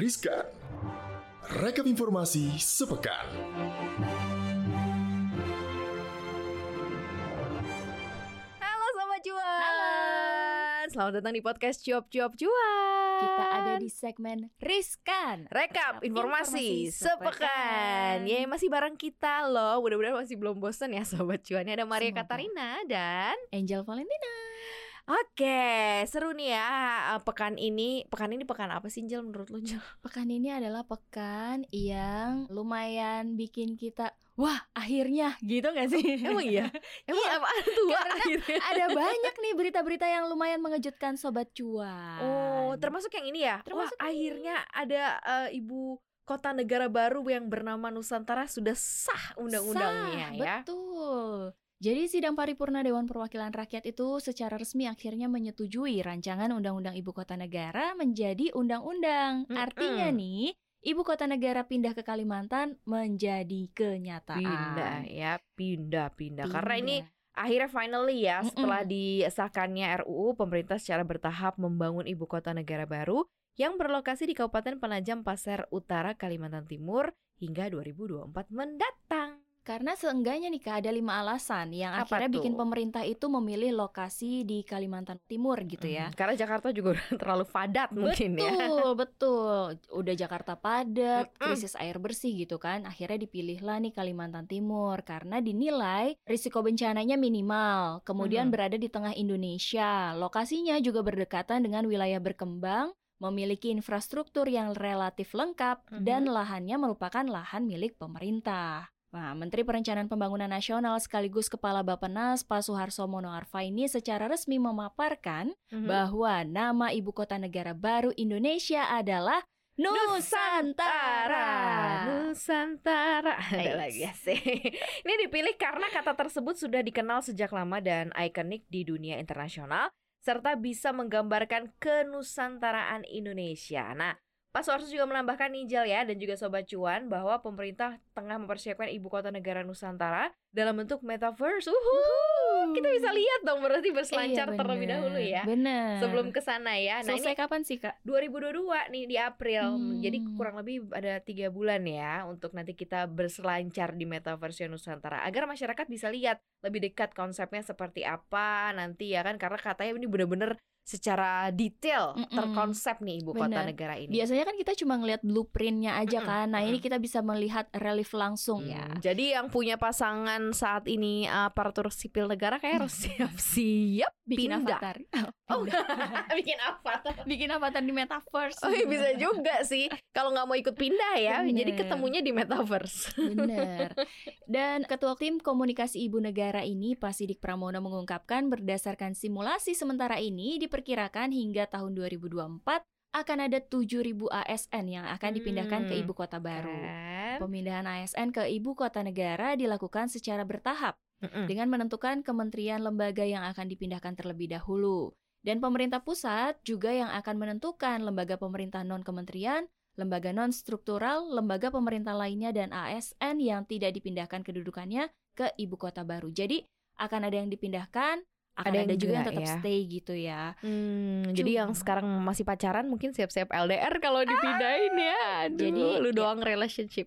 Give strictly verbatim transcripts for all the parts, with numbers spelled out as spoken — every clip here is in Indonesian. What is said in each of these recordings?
Riskan. Rekap informasi sepekan. Halo Sobat Cuan. Selamat datang di podcast Cuap-Cuap Cuan. Kita ada di segmen Riskan, Rekap informasi, informasi sepekan. sepekan. Yeay, masih bareng kita loh. Mudah-mudahan masih belum bosan ya Sobat Cuan. Ini ada Maria Semoga. Katarina dan Angel Valentina. Oke, seru nih ya. Pekan ini, pekan ini pekan apa sih Jel menurut lu Jel? Pekan ini adalah pekan yang lumayan bikin kita, wah akhirnya gitu gak sih? Emang iya? Emang Iya, apaan tuh Wak, karena akhirnya? Ada banyak nih berita-berita yang lumayan mengejutkan Sobat Cuan. Oh, termasuk yang ini ya? Termasuk Wah, ini. akhirnya ada eh, ibu kota negara baru yang bernama Nusantara sudah sah undang-undangnya Sah, ya. betul. Jadi sidang paripurna Dewan Perwakilan Rakyat itu secara resmi akhirnya menyetujui rancangan Undang-Undang Ibu Kota Negara menjadi undang-undang. Mm-mm. Artinya nih, Ibu Kota Negara pindah ke Kalimantan menjadi kenyataan. Pindah ya, pindah-pindah. Karena Pindah. ini akhirnya finally ya, Mm-mm. setelah disahkannya R U U, pemerintah secara bertahap membangun ibu kota negara baru yang berlokasi di Kabupaten Penajam Pasir Utara, Kalimantan Timur hingga dua ribu dua puluh empat mendatang. Karena seenggaknya nih Kak, ada lima alasan yang Apa akhirnya tuh? bikin pemerintah itu memilih lokasi di Kalimantan Timur gitu ya. Hmm, karena Jakarta juga udah terlalu padat mungkin ya. Betul, betul. Udah Jakarta padat, Mm-mm. krisis air bersih gitu kan. Akhirnya dipilihlah nih Kalimantan Timur karena dinilai risiko bencananya minimal. Kemudian Hmm. berada di tengah Indonesia. Lokasinya juga berdekatan dengan wilayah berkembang, memiliki infrastruktur yang relatif lengkap, Mhm. dan lahannya merupakan lahan milik pemerintah. Nah, Menteri Perencanaan Pembangunan Nasional sekaligus Kepala Bappenas Pak Suharto Mono Arfa ini secara resmi memaparkan Mhm. bahwa nama ibu kota negara baru Indonesia adalah Nusantara. Nusantara. Ada Ais. lagi sih. Ini dipilih karena kata tersebut sudah dikenal sejak lama dan ikonik di dunia internasional serta bisa menggambarkan kenusantaraan Indonesia. Nah, Pak Suharto juga menambahkan nih Jel ya dan juga Sobat Cuan bahwa pemerintah tengah mempersiapkan ibu kota negara Nusantara dalam bentuk metaverse. Uhuh. Kita bisa lihat dong berarti berselancar Iya, terlebih bener. dahulu ya. Bener. Sebelum ke sana ya. Nah, Selesai ini kapan sih Kak? dua ribu dua puluh dua nih di April. Hmm. Jadi kurang lebih ada tiga bulan ya untuk nanti kita berselancar di metaverse Nusantara agar masyarakat bisa lihat lebih dekat konsepnya seperti apa nanti ya kan, karena katanya ini benar-benar secara detail Mm-mm. terkonsep nih ibu kota Bener. negara ini. Biasanya kan kita cuma ngeliat blueprintnya aja Mm-mm, kan. Nah ini mm-mm. kita bisa melihat relief langsung Hmm, ya. Jadi yang punya pasangan saat ini aparatur sipil negara kayak harus siap-siap Bikin pindah. avatar. Oh, Pindah. bikin avatar. Bikin avatar di metaverse. Oh iya, bisa juga sih kalau nggak mau ikut pindah ya. Bener. Jadi ketemunya di metaverse. Bener. Dan Ketua Tim Komunikasi Ibu Negara ini, Pak Sidik Pramono mengungkapkan berdasarkan simulasi sementara ini diperkirakan hingga tahun dua ribu dua puluh empat akan ada tujuh ribu A S N yang akan dipindahkan ke Hmm, ibu kota baru. Kan? Pemindahan A S N ke ibu kota negara dilakukan secara bertahap Mm-mm. dengan menentukan kementerian lembaga yang akan dipindahkan terlebih dahulu. Dan pemerintah pusat juga yang akan menentukan lembaga pemerintah non-kementerian, lembaga non-struktural, lembaga pemerintah lainnya, dan A S N yang tidak dipindahkan kedudukannya ke ibu kota baru. Jadi akan ada yang dipindahkan, akan Ada ada, yang juga yang enggak tetap ya. stay gitu ya. Hmm, jadi yang Cuma- sekarang masih pacaran mungkin siap-siap L D R kalau dipindahin ya. Aduh, Jadi, lu ya. doang relationship.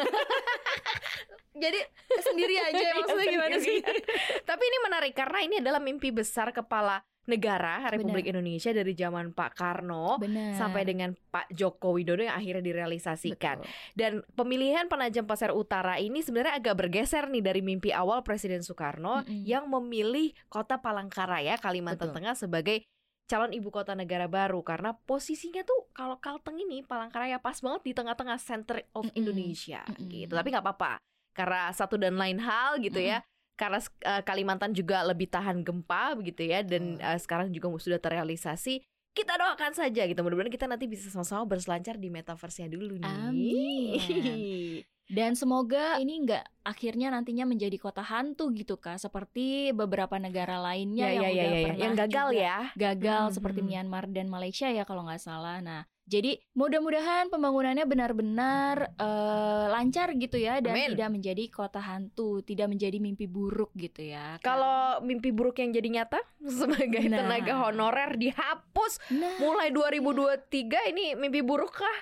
Jadi sendiri aja maksudnya gimana sih? Tapi ini menarik karena ini adalah mimpi besar kepala negara Republik Indonesia dari zaman Pak Karno Benar. sampai dengan Pak Joko Widodo yang akhirnya direalisasikan. Betul. Dan pemilihan Penajam Pasir Utara ini sebenarnya agak bergeser nih dari mimpi awal Presiden Soekarno Mm-mm. yang memilih kota Palangkaraya, Kalimantan Betul. Tengah sebagai calon ibu kota negara baru karena posisinya tuh kalau Kalteng ini Palangkaraya pas banget di tengah-tengah center of Mm-mm. Indonesia Mm-mm. gitu. Tapi nggak apa-apa karena satu dan lain hal gitu ya. Karena uh, Kalimantan juga lebih tahan gempa begitu ya dan uh, sekarang juga sudah terrealisasi. Kita doakan saja gitu. Mudah-mudahan kita nanti bisa sama-sama berselancar di metaverse-nya dulu nih. Amin. Dan semoga ini nggak akhirnya nantinya menjadi kota hantu gitu Kak, seperti beberapa negara lainnya Ya, yang ya, udah ya, ya, pernah yang gagal juga ya. gagal Hmm, seperti hmm. Myanmar dan Malaysia ya kalau nggak salah. Nah, jadi mudah-mudahan pembangunannya benar-benar eh, lancar gitu ya dan Amin. tidak menjadi kota hantu, tidak menjadi mimpi buruk gitu ya. Kak. Kalau mimpi buruk yang jadi nyata sebagai Nah. tenaga honorer dihapus nah, mulai dua ribu dua puluh tiga ini mimpi buruk kah?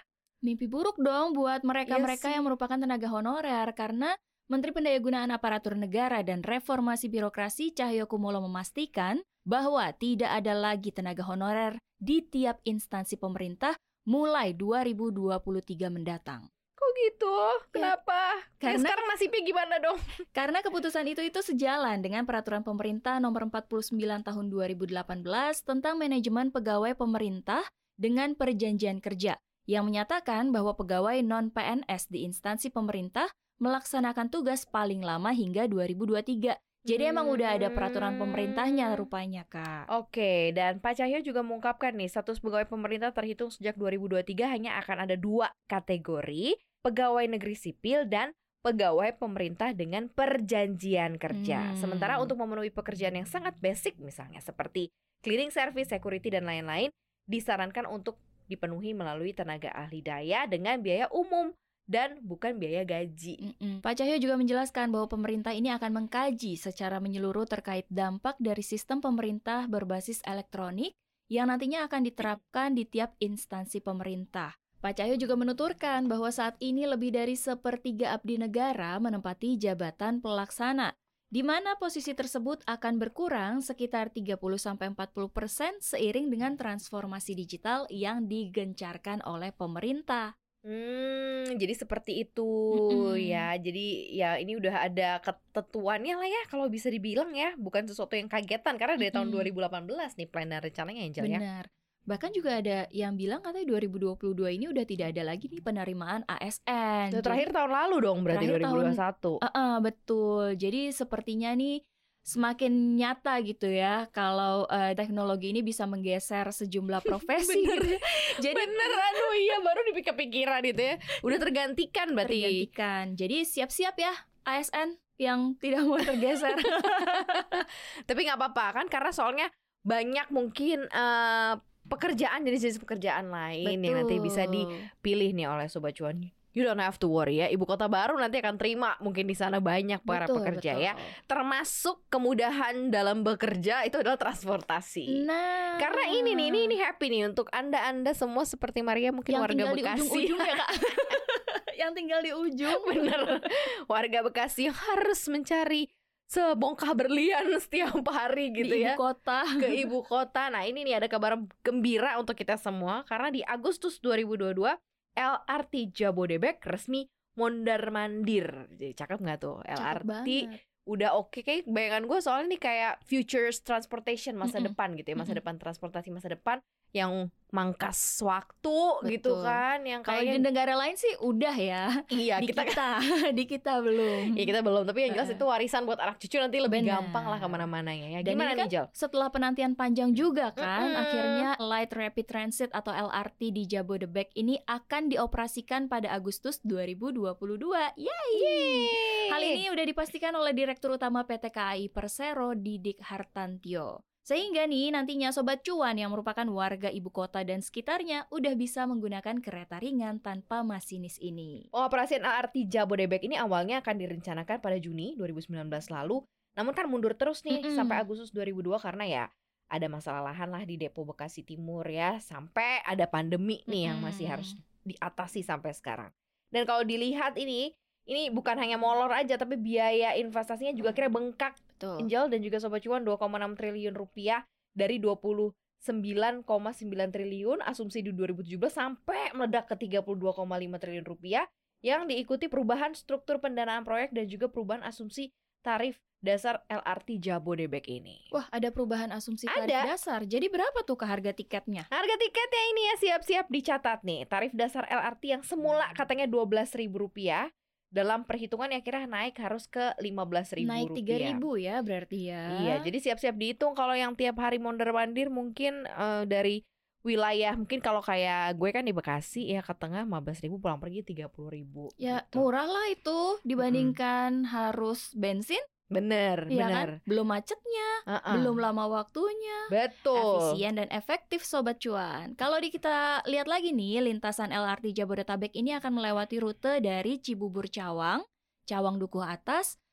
Mimpi buruk dong buat mereka-mereka Iya yang merupakan tenaga honorer, karena Menteri Pendayagunaan Aparatur Negara dan Reformasi Birokrasi Cahyokumolo memastikan bahwa tidak ada lagi tenaga honorer di tiap instansi pemerintah mulai dua ribu dua puluh tiga mendatang. Kok gitu? Kenapa? Ya, Karena- sekarang nasibnya gimana dong? Karena keputusan itu itu sejalan dengan peraturan pemerintah nomor empat puluh sembilan tahun dua ribu delapan belas tentang manajemen pegawai pemerintah dengan perjanjian kerja yang menyatakan bahwa pegawai non-P N S di instansi pemerintah melaksanakan tugas paling lama hingga dua ribu dua puluh tiga. Jadi emang udah ada peraturan pemerintahnya rupanya, Kak. Oke, dan Pak Cahyo juga mengungkapkan nih, status pegawai pemerintah terhitung sejak dua ribu dua puluh tiga hanya akan ada dua kategori, pegawai negeri sipil dan pegawai pemerintah dengan perjanjian kerja. Hmm. Sementara untuk memenuhi pekerjaan yang sangat basic misalnya seperti cleaning service, security, dan lain-lain, disarankan untuk dipenuhi melalui tenaga ahli daya dengan biaya umum dan bukan biaya gaji. Mm-mm. Pak Cahyo juga menjelaskan bahwa pemerintah ini akan mengkaji secara menyeluruh terkait dampak dari sistem pemerintah berbasis elektronik yang nantinya akan diterapkan di tiap instansi pemerintah. Pak Cahyo juga menuturkan bahwa saat ini lebih dari sepertiga abdi negara menempati jabatan pelaksana, di mana posisi tersebut akan berkurang sekitar tiga puluh sampai empat puluh persen seiring dengan transformasi digital yang digencarkan oleh pemerintah. Hmm, jadi seperti itu Mm-mm. ya. Jadi ya ini udah ada ketentuannya lah ya kalau bisa dibilang ya. Bukan sesuatu yang kagetan karena dari tahun Mm-mm. dua ribu delapan belas nih plan dan rencananya Angel ya. Benar. Bahkan juga ada yang bilang katanya dua ribu dua puluh dua ini udah tidak ada lagi nih penerimaan A S N. Itu terakhir tahun lalu dong berarti Terakhir dua ribu dua puluh satu. Uh, uh, betul. Jadi sepertinya nih semakin nyata gitu ya kalau uh, teknologi ini bisa menggeser sejumlah profesi. Bener. Jadi Bener, aduh iya baru dipikir-pikiran itu ya. Udah tergantikan berarti. tergantikan. Jadi siap-siap ya A S N yang tidak mau tergeser. Tapi nggak apa-apa kan karena soalnya banyak mungkin eh, pekerjaan jenis-jenis pekerjaan lain yang nanti bisa dipilih nih oleh Sobat Cuan. You don't have to worry ya. Ibu kota baru nanti akan terima mungkin di sana banyak para Betul, pekerja betul. ya. Termasuk kemudahan dalam bekerja itu adalah transportasi. Nah, Karena ini nih, ini ini happy nih untuk anda-anda semua seperti Maria mungkin yang warga tinggal di Bekasi. ujung-ujung ya Kak. Yang tinggal di ujung. Bener, warga Bekasi yang harus mencari sebongkah berlian setiap hari gitu di ya ibu kota. ke ibu kota. Nah ini nih ada kabar gembira untuk kita semua karena di Agustus dua ribu dua puluh dua L R T Jabodebek resmi mondar-mandir. Jadi cakep nggak tuh L R T? Cakep banget. Udah oke kayak bayangan gue soalnya nih kayak futures transportation masa Mm-mm. depan gitu ya, masa Mm-mm. depan transportasi masa depan yang mangkas waktu gitu Betul. kan, yang Kalau di kayaknya negara lain sih udah ya. iya Di kita kita, di kita belum. ya kita belum, tapi yang jelas Heeh. itu warisan buat anak cucu nanti lebih Benar. gampang lah kemana-mana ya. Dan Gimana ini nih kan Jel? setelah penantian panjang juga kan, Mm-mm. akhirnya Light Rapid Transit atau L R T di Jabodebek ini akan dioperasikan pada Agustus dua ribu dua puluh dua. Yeay! Hal ini udah dipastikan oleh Direktur Utama P T K A I Persero, Didik Hartantio. Sehingga nih nantinya Sobat Cuan yang merupakan warga ibu kota dan sekitarnya udah bisa menggunakan kereta ringan tanpa masinis ini. Operasi L R T Jabodebek ini awalnya akan direncanakan pada Juni dua ribu sembilan belas lalu, namun kan mundur terus nih Mm-mm. sampai Agustus dua ribu dua karena ya ada masalah lahan lah di Depo Bekasi Timur ya, sampai ada pandemi nih yang masih Mm-mm. harus diatasi sampai sekarang. Dan kalau dilihat ini, ini bukan hanya molor aja tapi biaya investasinya juga kira bengkak. Betul. Angel dan juga Sobat Cuan dua koma enam triliun rupiah dari dua puluh sembilan koma sembilan triliun asumsi di dua ribu tujuh belas sampai meledak ke tiga puluh dua koma lima triliun rupiah yang diikuti perubahan struktur pendanaan proyek dan juga perubahan asumsi tarif dasar L R T Jabodebek ini. Wah, ada perubahan asumsi tarif Ada. dasar. Jadi berapa tuh ke harga tiketnya? Harga tiketnya ini ya siap-siap dicatat nih. Tarif dasar L R T yang semula katanya dua belas ribu rupiah dalam perhitungan yang kira naik harus ke lima belas ribu Naik rupiah. tiga ribu ya berarti ya. Iya, jadi siap-siap dihitung kalau yang tiap hari mondar-mandir mungkin eh, dari wilayah, mungkin kalau kayak gue kan di Bekasi ya ke tengah lima belas ribu, pulang pergi tiga puluh ribu. Ya gitu. murah lah itu dibandingkan harus bensin, Bener, ya bener. kan? Belum macetnya, Uh-uh. belum lama waktunya. Betul. Efisien dan efektif Sobat Cuan. Kalau di kita lihat lagi nih, lintasan L R T Jabodetabek ini akan melewati rute dari Cibubur Cawang, Cawang Dukuh Atas,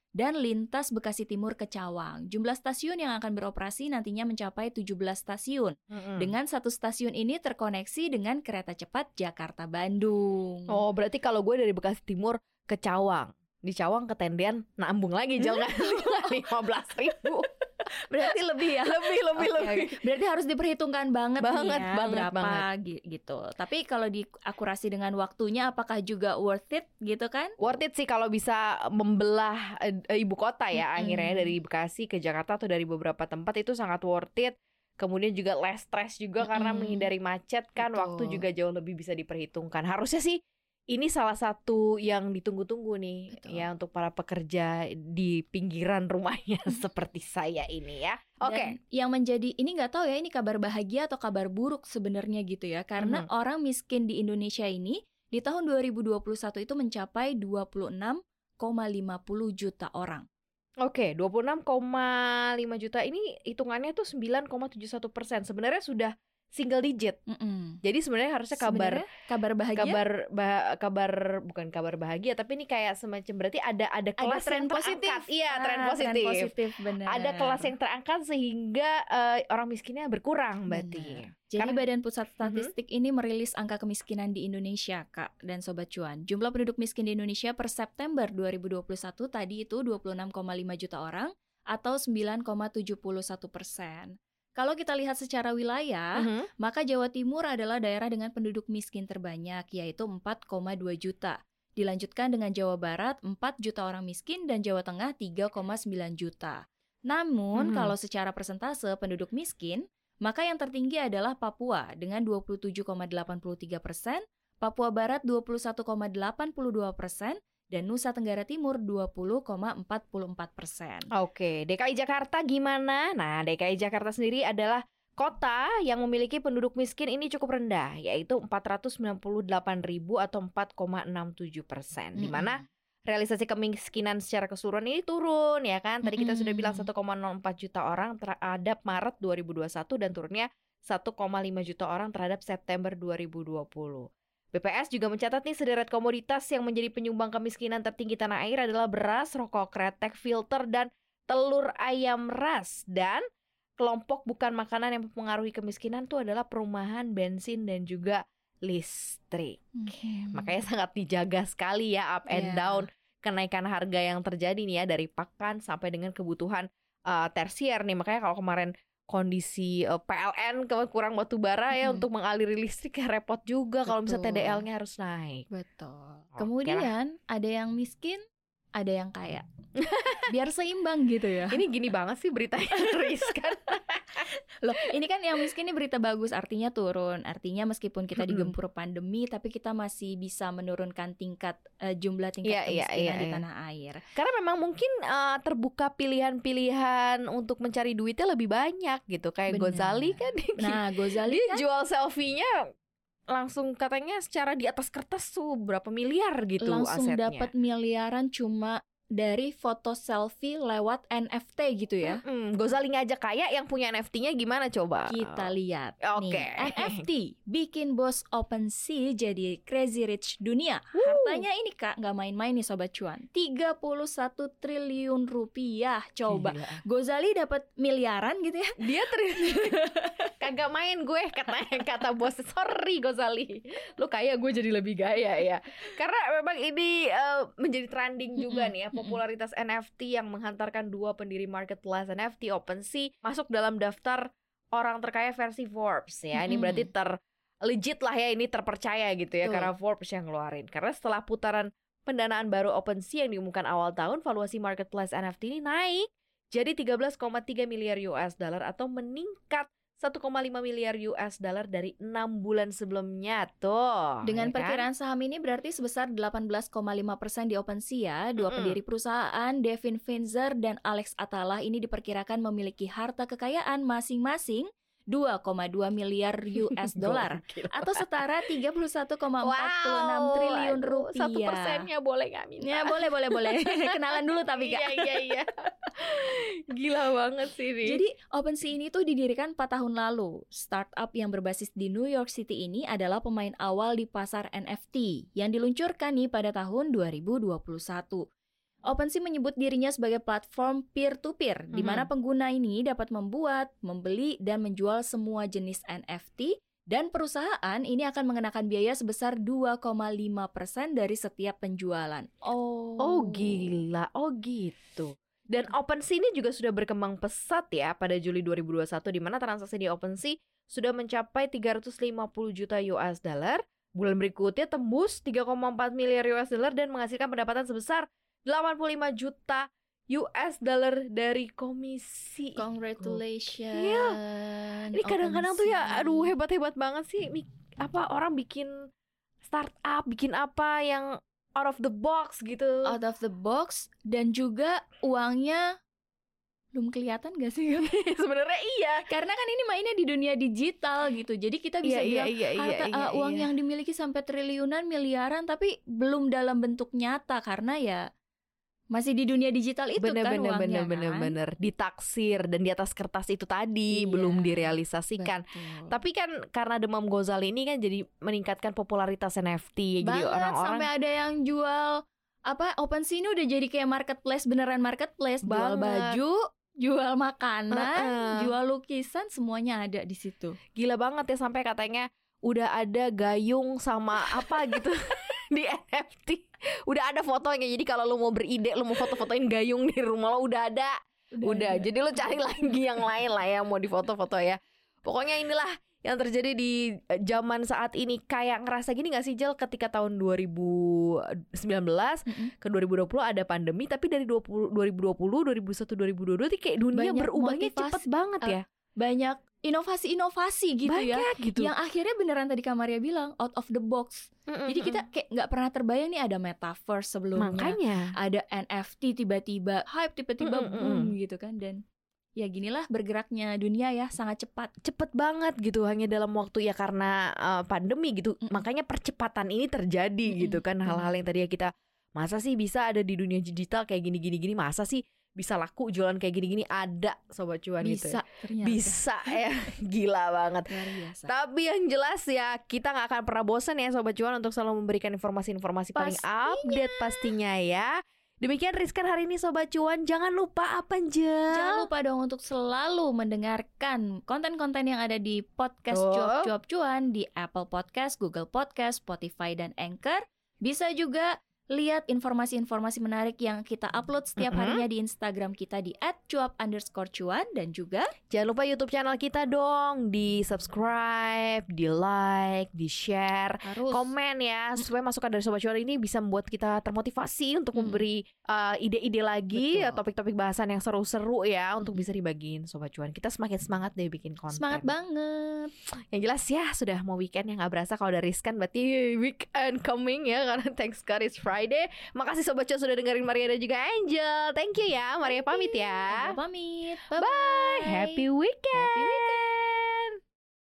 dan lintas Bekasi Timur ke Cawang. Jumlah stasiun yang akan beroperasi nantinya mencapai tujuh belas stasiun. Mm-mm. Dengan satu stasiun ini terkoneksi dengan kereta cepat Jakarta-Bandung. Oh, berarti kalau gue dari Bekasi Timur ke Cawang, di Cawang ke Tendian nambung lagi jalan lima belas ribu. Berarti lebih ya? Lebih, lebih, Oke, lebih. oke. Berarti harus diperhitungkan banget, Banget, nih ya, banget, berapa banget. gi- gitu. Tapi kalau diakurasi dengan waktunya, apakah juga worth it gitu kan? Worth it sih kalau bisa membelah eh, ibu kota ya, Mm-mm. akhirnya dari Bekasi ke Jakarta atau dari beberapa tempat itu sangat worth it. Kemudian juga less stress juga karena Mm-mm. menghindari macet kan, Betul. waktu juga jauh lebih bisa diperhitungkan. Harusnya sih ini salah satu yang ditunggu-tunggu nih. Betul. Ya, untuk para pekerja di pinggiran rumahnya seperti saya ini ya. Oke. Dan yang menjadi, ini nggak tahu ya, ini kabar bahagia atau kabar buruk sebenarnya gitu ya. Karena Mhm. orang miskin di Indonesia ini di tahun dua ribu dua puluh satu itu mencapai dua puluh enam koma lima puluh juta orang. Oke, dua puluh enam koma lima juta ini hitungannya tuh sembilan koma tujuh satu persen. Sebenarnya sudah single digit. Mm-mm. Jadi sebenarnya harusnya kabar Sebenarnya kabar bahagia, kabar bah- kabar bukan kabar bahagia, tapi ini kayak semacam berarti ada ada ada kelas tren yang positif. terangkat. Iya, Ah, tren tren positif. positif, benar. Ada kelas yang terangkat sehingga eh, orang miskinnya berkurang berarti. Benar. Jadi Karena- Badan Pusat Statistik ini merilis angka kemiskinan di Indonesia, Kak dan Sobat Cuan. Jumlah penduduk miskin di Indonesia per September dua ribu dua puluh satu tadi itu dua puluh enam koma lima juta orang atau sembilan koma tujuh satu persen. Kalau kita lihat secara wilayah, Mhm. maka Jawa Timur adalah daerah dengan penduduk miskin terbanyak, yaitu empat koma dua juta. Dilanjutkan dengan Jawa Barat, empat juta orang miskin, dan Jawa Tengah, tiga koma sembilan juta. Namun, Mhm. kalau secara persentase penduduk miskin, maka yang tertinggi adalah Papua dengan dua puluh tujuh koma delapan tiga persen, Papua Barat dua puluh satu koma delapan dua persen, dan Nusa Tenggara Timur dua puluh koma empat empat persen. Oke, D K I Jakarta gimana? Nah, D K I Jakarta sendiri adalah kota yang memiliki penduduk miskin ini cukup rendah, yaitu empat ratus sembilan puluh delapan ribu atau empat koma enam tujuh persen. Di mana realisasi kemiskinan secara keseluruhan ini turun ya kan. Tadi kita sudah bilang Mm-mm. satu koma nol empat juta orang terhadap Maret dua ribu dua puluh satu dan turunnya satu koma lima juta orang terhadap September dua ribu dua puluh. B P S juga mencatat nih sederet komoditas yang menjadi penyumbang kemiskinan tertinggi tanah air adalah beras, rokok kretek, filter, dan telur ayam ras. Dan kelompok bukan makanan yang mempengaruhi kemiskinan itu adalah perumahan, bensin, dan juga listrik. Hmm. Makanya sangat dijaga sekali ya up and Iya. down kenaikan harga yang terjadi nih ya dari pakan sampai dengan kebutuhan uh, tersier nih. Makanya kalau kemarin kondisi uh, P L N ke- kurang batu bara ya Mm-mm. untuk mengaliri listrik ya repot juga kalau misalnya T Betul. D L-nya harus naik. Betul. Oke Kemudian ada yang miskin, ada yang kaya. Biar seimbang gitu ya. Ini gini banget sih beritanya riskan. Loh, ini kan yang miskin ini berita bagus, artinya turun. Artinya meskipun kita Mm-mm. digempur pandemi, tapi kita masih bisa menurunkan tingkat eh, jumlah Iya, tingkat iya, kemiskinan iya, di iya. tanah air. Karena memang mungkin uh, terbuka pilihan-pilihan untuk mencari duitnya lebih banyak gitu. Kayak Benar. Gozali kan Nah, Gozali dia kan jual selfie-nya langsung katanya secara di atas kertas tuh berapa miliar gitu langsung asetnya. dapat miliaran cuma dari foto selfie lewat N F T gitu ya. Mm, Gozali ngajak kaya, yang punya N F T-nya gimana coba? Kita lihat Oke. nih, N F T bikin bos OpenSea jadi crazy rich dunia. Hartanya ini Kak, nggak main-main nih Sobat Cuan, tiga puluh satu triliun rupiah. Coba Gila. Gozali dapat miliaran gitu ya. Dia ter kagak main gue kata kata bos. Sorry Gozali, lu kaya gue jadi lebih gaya ya. Karena memang ini eh, menjadi trending juga Mm-mm, nih ya, mm-mm. popularitas N F T yang menghantarkan dua pendiri marketplace N F T OpenSea masuk dalam daftar orang terkaya versi Forbes ya. Ini Mm-mm. berarti ter legit lah ya, ini terpercaya gitu ya. Betul. Karena Forbes yang ngeluarin. Karena setelah putaran pendanaan baru OpenSea yang diumumkan awal tahun, valuasi marketplace N F T ini naik jadi tiga belas koma tiga miliar U S dollar atau meningkat satu koma lima miliar U S dollar dari enam bulan sebelumnya tuh. Dengan ya kan? perkiraan saham ini berarti sebesar delapan belas koma lima persen di OpenSea. Dua Mm-mm. pendiri perusahaan, Devin Finzer dan Alex Atala, ini diperkirakan memiliki harta kekayaan masing-masing dua koma dua miliar U S dollar Gokil. atau setara tiga puluh satu koma empat enam Wow, triliun aduh, rupiah. Satu persennya boleh nggak minta? Ya boleh boleh boleh. Kenalan dulu tapi Kak. Iya iya iya. Gila banget sih nih. Jadi OpenSea ini tuh didirikan empat tahun lalu. Startup yang berbasis di New York City ini adalah pemain awal di pasar N F T yang diluncurkan nih pada tahun dua ribu dua puluh satu. OpenSea menyebut dirinya sebagai platform peer-to-peer, di mana Mhm. pengguna ini dapat membuat, membeli, dan menjual semua jenis N F T, dan perusahaan ini akan mengenakan biaya sebesar dua koma lima persen dari setiap penjualan. Oh, Oh gila, oh gitu. Dan OpenSea ini juga sudah berkembang pesat ya pada Juli dua ribu dua puluh satu, di mana transaksi di OpenSea sudah mencapai tiga ratus lima puluh juta U S dollar. Bulan berikutnya tembus tiga koma empat miliar U S dollar dan menghasilkan pendapatan sebesar delapan puluh lima juta U S dollar dari komisi. Congratulations. Iya. Ini kadang-kadang tuh ya, aduh hebat-hebat banget sih. Mi- Apa orang bikin startup, bikin apa yang out of the box gitu. Out of the box, dan juga uangnya belum kelihatan gak sih? Sebenarnya iya. Karena kan ini mainnya di dunia digital gitu. Jadi kita bisa Iya, iya, bilang iya, iya, harta iya, uh, uang iya. yang dimiliki sampai triliunan, miliaran, tapi belum dalam bentuk nyata karena ya masih di dunia digital itu Bener, kan bener, uangnya bener, bener, kan. bener. Ditaksir dan di atas kertas itu tadi Iya, belum direalisasikan. Betul. Tapi kan karena demam Ghazali ini kan jadi meningkatkan popularitas N F T. Jadi Banget, orang-orang sampai ada yang jual apa OpenSea ini udah jadi kayak marketplace, beneran marketplace, jual Banget. baju, jual makanan, Uh-uh. jual lukisan, semuanya ada di situ. gila banget ya, sampai katanya udah ada gayung sama apa gitu di N F T. Udah ada fotonya. Jadi kalau lu mau beride, lu mau foto-fotoin gayung di rumah lo udah ada. Udah, ada. jadi lu cari lagi yang lain lah ya mau difoto-foto ya. Pokoknya inilah yang terjadi di eh, zaman saat ini. Kayak ngerasa gini gak sih Jel, ketika tahun dua ribu sembilan belas Mm-mm. ke dua ribu dua puluh ada pandemi, tapi dari dua puluh, dua ribu dua puluh, dua ribu satu, dua ribu dua puluh dua tuh kayak dunia Banyak berubahnya motivasi, cepet banget uh, ya. Banyak inovasi-inovasi gitu ya, Banyak gitu. yang akhirnya beneran tadi Kamaria bilang out of the box. Mm-mm, Jadi kita mm-mm. kayak nggak pernah terbayang nih ada metaverse sebelumnya, Makanya ada N F T tiba-tiba hype, tiba-tiba Mm-mm, boom mm-mm. gitu kan. Dan ya ginilah bergeraknya dunia ya, sangat cepat. cepet banget gitu, hanya dalam waktu ya karena uh, pandemi gitu. Mm-mm. Makanya percepatan ini terjadi Mm-mm, gitu kan. Hal-hal yang tadinya kita masa sih bisa ada di dunia digital kayak gini-gini gini, masa sih bisa laku jualan kayak gini-gini, ada Sobat Cuan gitu ya. Bisa ternyata. Bisa ya. Gila banget. Luar biasa. Tapi yang jelas ya, kita gak akan pernah bosan ya Sobat Cuan untuk selalu memberikan informasi-informasi paling Pastinya. update pastinya ya. Demikian Rizkan hari ini Sobat Cuan. Jangan lupa apa Jel? Jangan lupa dong untuk selalu mendengarkan konten-konten yang ada di podcast Tuh. Cuap-Cuap Cuan di Apple Podcast, Google Podcast, Spotify, dan Anchor. Bisa juga lihat informasi-informasi menarik yang kita upload setiap Mm-mm. harinya di Instagram kita di at cuap underscore cuan. Dan juga Jangan lupa YouTube channel kita dong, di subscribe, di like, di share, harus komen ya, supaya masukan dari Sobat Cuan ini bisa membuat kita termotivasi untuk Mm. memberi uh, ide-ide lagi, Betul. uh, topik-topik bahasan yang seru-seru ya, untuk bisa dibagiin Sobat Cuan. Kita semakin semangat deh bikin konten. semangat banget. Yang jelas ya, sudah mau weekend yang gak berasa. Kalau dari Rizkan berarti weekend coming ya, karena thanks God it's Friday. Makasih Sobat Cuan sudah dengerin Maria dan juga Angel. Thank you ya, Maria pamit ya. Angel pamit. Bye. Bye-bye. Happy weekend. Happy weekend.